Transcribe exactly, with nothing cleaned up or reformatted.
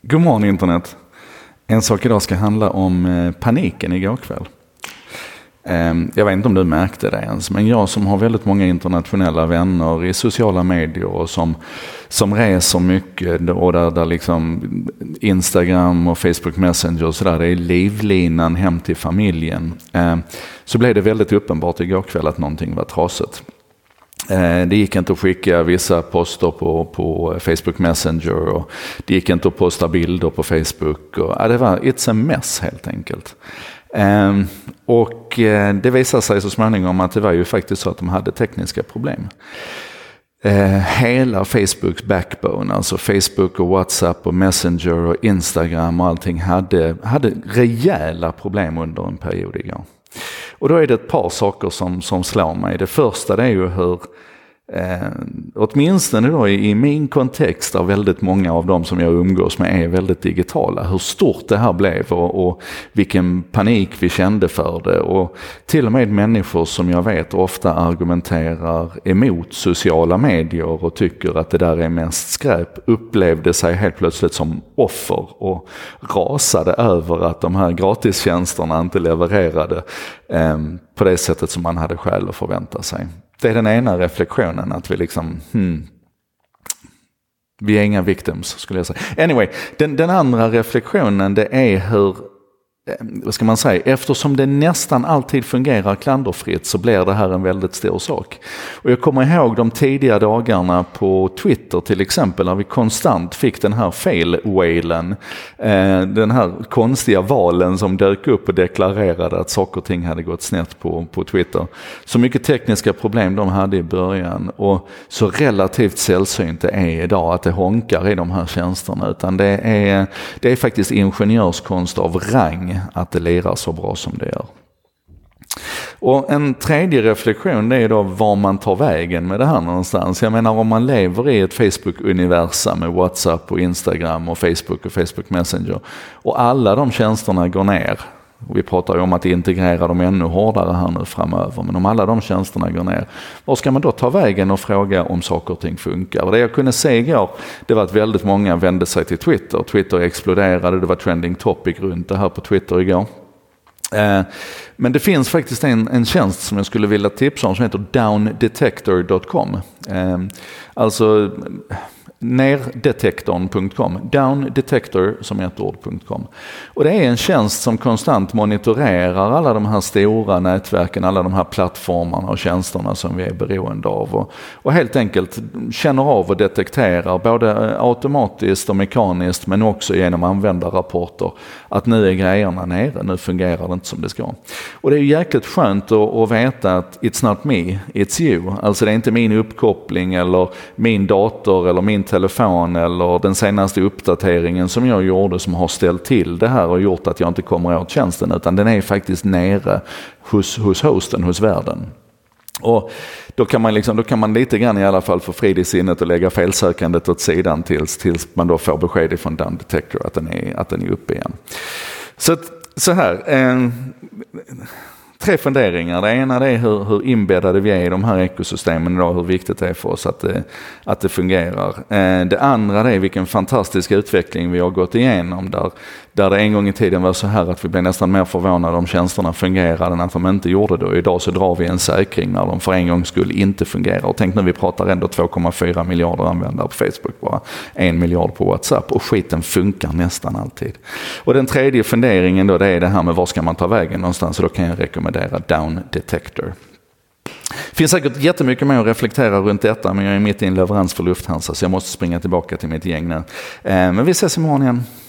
God morgon internet. En sak idag ska handla om eh, paniken igår kväll. Eh, jag vet inte om du märkte det ens, men jag som har väldigt många internationella vänner i sociala medier och som, som reser mycket och där, där liksom Instagram och Facebook Messenger och sådär, det är livlinan hem till familjen. Eh, så blev det väldigt uppenbart igår kväll att någonting var trasigt. Det gick inte att skicka vissa poster på, på Facebook Messenger och det gick inte att posta bilder på Facebook. Och, ja, det var it's a mess helt enkelt. Um, och det visade sig så småningom att det var ju faktiskt så att de hade tekniska problem. Uh, hela Facebooks backbone, alltså Facebook och WhatsApp och Messenger och Instagram och allting hade, hade rejäla problem under en period igår. Och då är det ett par saker som, som slår mig. Det första det är ju hur, eh, åtminstone då i, i min kontext av väldigt många av dem som jag umgås med är väldigt digitala. Hur stort det här blev och, och vilken panik vi kände för det. Och till och med människor som jag vet ofta argumenterar emot sociala medier och tycker att det där är mest skräp, upplevde sig helt plötsligt som offer och rasade över att de här gratistjänsterna inte levererade eh, på det sättet som man hade skäl att förvänta sig. Det är den ena reflektionen, att vi liksom hmm, vi är inga victims, skulle jag säga. Anyway, den, den andra reflektionen, det är hur, vad ska man säga, eftersom det nästan alltid fungerar klanderfritt så blir det här en väldigt stor sak. Och jag kommer ihåg de tidiga dagarna på Twitter till exempel, när vi konstant fick den här fail-whalen, eh, den här konstiga valen som dök upp och deklarerade att saker och ting hade gått snett på, på Twitter. Så mycket tekniska problem de hade i början, och så relativt sällsynt det är idag att det honkar i de här tjänsterna, utan det är, det är faktiskt ingenjörskonst av rang att det lirar så bra som det gör. Och en tredje reflektion, det är då var man tar vägen med det här någonstans. Jag menar, om man lever i ett Facebook-universum med WhatsApp och Instagram och Facebook och Facebook Messenger och alla de tjänsterna går ner, och vi pratar ju om att integrera dem ännu hårdare här nu framöver, men om alla de tjänsterna går ner, var ska man då ta vägen och fråga om saker och ting funkar? Och det jag kunde se igår, det var att väldigt många vände sig till Twitter. Twitter exploderade, det var trending topic runt det här på Twitter igår. Eh, men det finns faktiskt en, en tjänst som jag skulle vilja tipsa om som heter down detector dot com. Eh, alltså nerdetektorn punkt com, downdetector som ett ord punkt com. Och det är en tjänst som konstant monitorerar alla de här stora nätverken, alla de här plattformarna och tjänsterna som vi är beroende av, och, och helt enkelt känner av och detekterar både automatiskt och mekaniskt, men också genom användarrapporter, att nu är grejerna nere, nu fungerar det inte som det ska. Och det är ju jäkligt skönt att, att veta att it's not me, it's you. Alltså det är inte min uppkoppling eller min dator eller min telefon eller den senaste uppdateringen som jag gjorde som har ställt till det här och gjort att jag inte kommer åt tjänsten, utan den är faktiskt nere hos, hos hosten, hos världen. Och då kan man liksom, då kan man lite grann i alla fall få frid i sinnet och lägga felsökandet åt sidan tills, tills man då får besked från Down Detector att den är, att den är uppe igen. Så, så här, eh, tre funderingar. Det ena är hur, hur inbäddade vi är i de här ekosystemen idag, hur viktigt det är för oss att det, att det fungerar. Eh, det andra är vilken fantastisk utveckling vi har gått igenom, där, där det en gång i tiden var så här att vi blev nästan mer förvånade om tjänsterna fungerade än att de inte gjorde det. Och idag så drar vi en säkring när de för en gång skulle inte fungera. Och tänk nu, vi pratar ändå två komma fyra miljarder användare på Facebook, bara en miljard på WhatsApp, och skiten funkar nästan alltid. Och den tredje funderingen då, det är det här med var ska man ta vägen någonstans, och då kan jag rekommendera Down Detector. Det finns säkert jättemycket mer att reflektera runt detta, men jag är mitt i en leverans för Lufthansa så jag måste springa tillbaka till mitt gäng nu. Men vi ses imorgon igen.